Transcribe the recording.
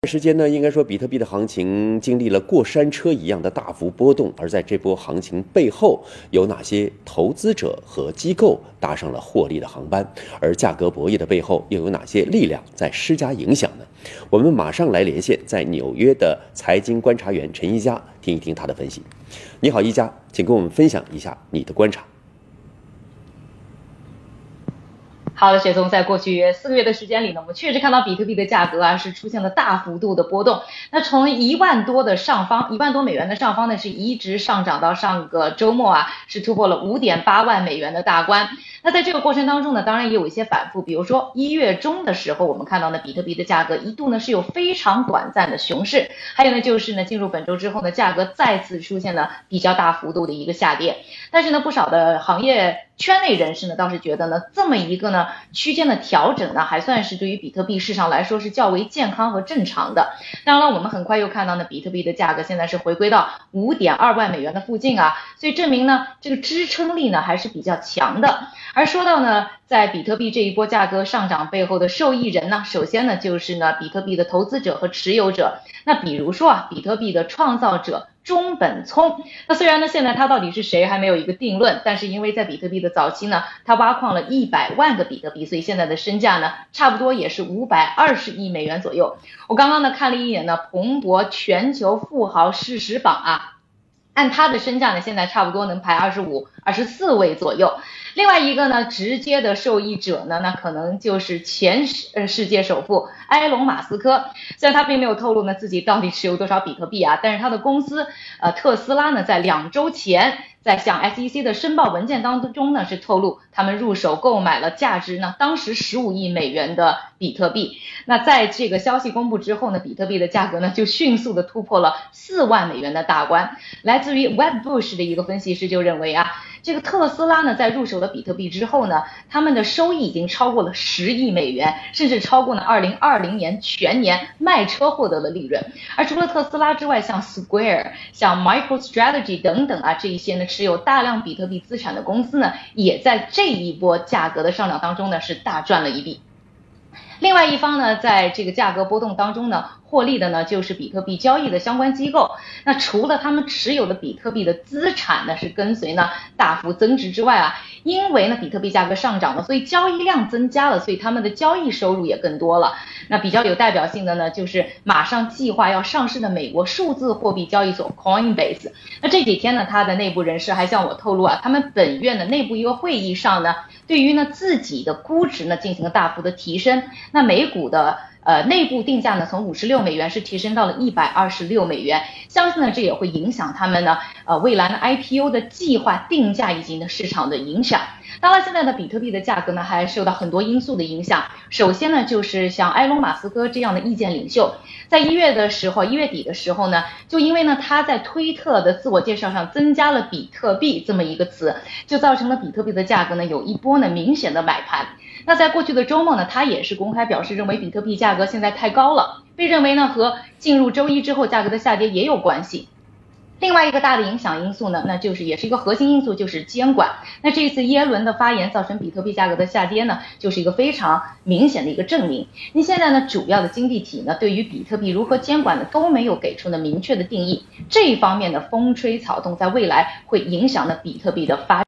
时间呢，应该说比特币的行情经历了过山车一样的大幅波动，而在这波行情背后，有哪些投资者和机构搭上了获利的航班？而价格博弈的背后，又有哪些力量在施加影响呢？我们马上来连线在纽约的财经观察员陈一佳，听一听他的分析。你好，一佳，请跟我们分享一下你的观察。 好的，雪松，在过去4个月的时间里呢，我们确实看到比特币的价格是出现了大幅度的波动。那从1万多的上方，1万多美元的上方呢，是一直上涨到上个周末是突破了5.8万美元的大关。那在这个过程当中呢，当然也有一些反复，比如说1月中的时候，我们看到呢，比特币的价格一度呢是有非常短暂的熊市，还有呢就是呢进入本周之后呢，价格再次出现了比较大幅度的一个下跌。但是呢，不少的行业圈内人士呢倒是觉得呢，这么一个呢区间的调整呢，还算是对于比特币市场来说是较为健康和正常的。当然了，我们很快又看到呢，比特币的价格现在是回归到5.2万美元的附近所以证明呢，这个支撑力呢还是比较强的。而说到呢，在比特币这一波价格上涨背后的受益人呢，首先呢就是呢比特币的投资者和持有者。那比如说比特币的创造者中本聪，那虽然呢现在他到底是谁还没有一个定论，但是因为在比特币的早期呢，他挖矿了100万个比特币，所以现在的身价呢差不多也是520亿美元左右。我刚刚呢看了一眼呢彭博全球富豪事实榜按他的身价呢现在差不多能排25、24位左右。另外一个呢直接的受益者呢，那可能就是前世界首富埃隆马斯克。虽然他并没有透露呢自己到底持有多少比特币但是他的公司特斯拉呢在2周前在向 SEC 的申报文件当中呢是透露他们入手购买了价值呢当时15亿美元的比特币。那在这个消息公布之后呢，比特币的价格呢就迅速的突破了4万美元的大关。来自于 Wedbush 的一个分析师就认为这个特斯拉呢在入手了比特币之后呢，他们的收益已经超过了10亿美元，甚至超过了2020年全年卖车获得的利润。而除了特斯拉之外，像 Square、像 MicroStrategy 等等这一些呢持有大量比特币资产的公司呢，也在这一波价格的上涨当中呢是大赚了一笔。另外一方呢，在这个价格波动当中呢，获利的呢就是比特币交易的相关机构。那除了他们持有的比特币的资产呢是跟随呢大幅增值之外因为呢比特币价格上涨了，所以交易量增加了，所以他们的交易收入也更多了。那比较有代表性的呢，就是马上计划要上市的美国数字货币交易所 Coinbase。那这几天呢，他的内部人士还向我透露他们本月的内部一个会议上呢，对于呢自己的估值呢进行了大幅的提升。那每股的内部定价呢从56美元是提升到了126美元，相信呢这也会影响他们呢未来的 IPO 的计划定价以及呢市场的影响。当然现在的比特币的价格呢还受到很多因素的影响。首先呢就是像埃隆马斯克这样的意见领袖，在1月底的时候呢，就因为呢他在推特的自我介绍上增加了比特币这么一个词，就造成了比特币的价格呢有一波呢明显的买盘。那在过去的周末呢，他也是公开表示认为比特币价格现在太高了，被认为呢和进入周一之后价格的下跌也有关系。另外一个大的影响因素呢，那就是也是一个核心因素，就是监管。那这一次耶伦的发言造成比特币价格的下跌呢，就是一个非常明显的一个证明。那现在呢，主要的经济体呢，对于比特币如何监管呢，都没有给出呢明确的定义。这一方面的风吹草动，在未来会影响呢比特币的发展。